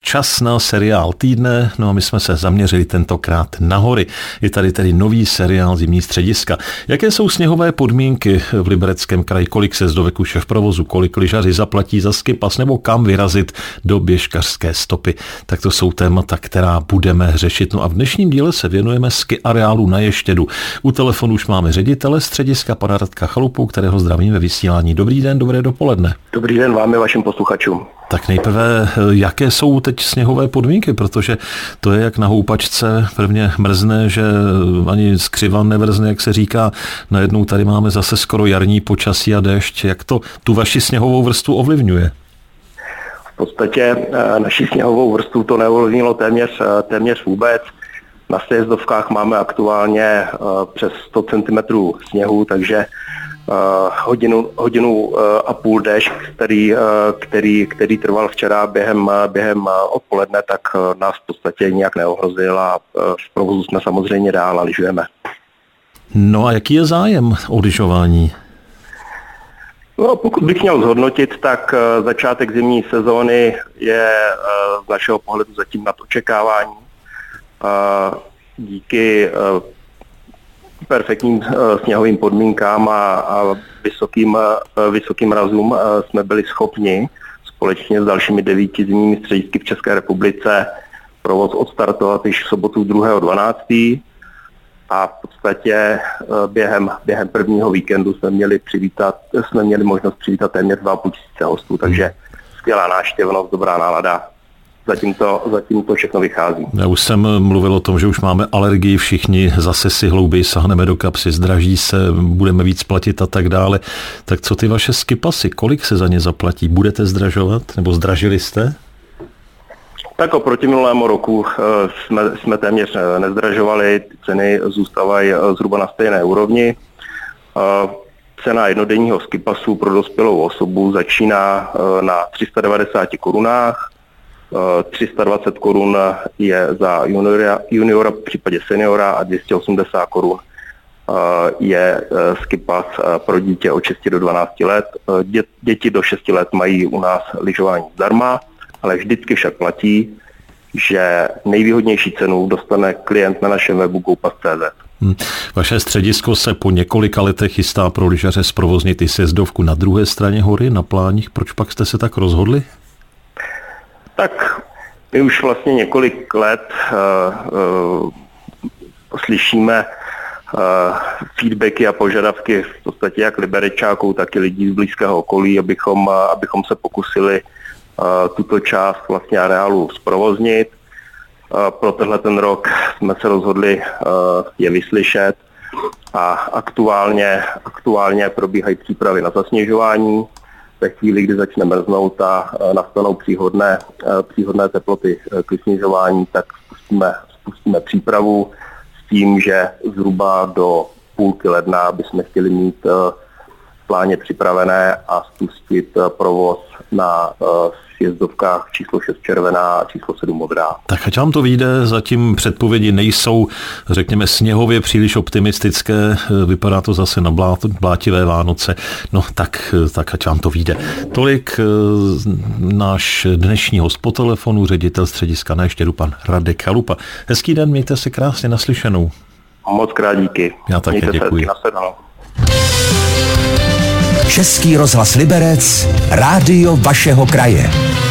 čas na seriál týdne, no a my jsme se zaměřili tentokrát na hory. Je tady tedy nový seriál Zimní střediska. Jaké jsou sněhové podmínky v Libereckém kraji? Kolik sjezdovek už je v provozu? Kolik lyžaři zaplatí za skipas nebo kam vyrazit do běžkařské stopy? Tak to jsou témata, která budeme řešit. No a v dnešním díle se věnujeme ski areálu na Ještědu. U telefonu už máme ředitele střediska pana Radka Chalupu, kterého zdravím ve vysílání. Dobrý den, dobré dopoledne. Dobrý den vám i vašim posluchačům. Tak nejprve, jaké jsou teď sněhové podmínky, protože to je jak na houpačce, prvně mrzne, že ani skřivan nevrzne, jak se říká, najednou tady máme zase skoro jarní počasí a déšť. Jak to tu vaši sněhovou vrstvu ovlivňuje? V podstatě naši sněhovou vrstvu to neovlivnilo téměř vůbec. Na sjezdovkách máme aktuálně přes 100 cm sněhu, takže hodinu a půl déšť, který trval včera během odpoledne, tak nás v podstatě nijak neohrozil a v provozu jsme samozřejmě dál a lyžujeme. No a jaký je zájem o lyžování? No, pokud bych měl zhodnotit, tak začátek zimní sezóny je z našeho pohledu zatím nad očekávání. Díky perfektním sněhovým podmínkám a vysokým razům jsme byli schopni společně s dalšími 9 zimními středisky v České republice provoz odstartovat již v sobotu 2.12. a v podstatě během prvního víkendu jsme měli možnost přivítat téměř 2,5 tisíce hostů, takže skvělá návštěvnost, dobrá nálada. Zatím to všechno vychází. Já už jsem mluvil o tom, že už máme alergii všichni, zase si hlouběji sahneme do kapsy, zdraží se, budeme víc platit a tak dále. Tak co ty vaše skipasy, kolik se za ně zaplatí? Budete zdražovat nebo zdražili jste? Tak oproti minulému roku jsme téměř nezdražovali, ceny zůstávají zhruba na stejné úrovni. Cena jednodenního skipasu pro dospělou osobu začíná na 390 korunách. 320 korun je za juniora v případě seniora a 280 korun je skipas pro dítě od 6 do 12 let. Děti do 6 let mají u nás lyžování zdarma, ale vždycky však platí, že nejvýhodnější cenu dostane klient na našem webu goupas.cz. Vaše středisko se po několika letech chystá pro lyžaře zprovoznit i sjezdovku na druhé straně hory, na Pláních. Proč pak jste se tak rozhodli? Tak my už vlastně několik let slyšíme feedbacky a požadavky v podstatě jak Liberečáků, tak i lidí z blízkého okolí, abychom se pokusili tuto část vlastně areálu zprovoznit. Pro tenhle ten rok jsme se rozhodli je vyslyšet a aktuálně probíhají přípravy na zasněžování. Ve chvíli, kdy začne mrznout a nastanou příhodné teploty k snižování, tak spustíme přípravu s tím, že zhruba do půlky ledna bychom chtěli mít v pláně připravené a spustit provoz na sjezdovkách číslo 6 červená a číslo 7 modrá. Tak ať vám to vyjde, zatím předpovědi nejsou, řekněme, sněhově příliš optimistické, vypadá to zase na blátivé Vánoce, no tak ať vám to vyjde. Tolik náš dnešní host po telefonu, ředitel střediska na Ještědu, pan Radek Chalupa. Hezký den, mějte se krásně, naslyšenou. Moc krát díky. Já také děkuji. Český rozhlas Liberec, rádio vašeho kraje.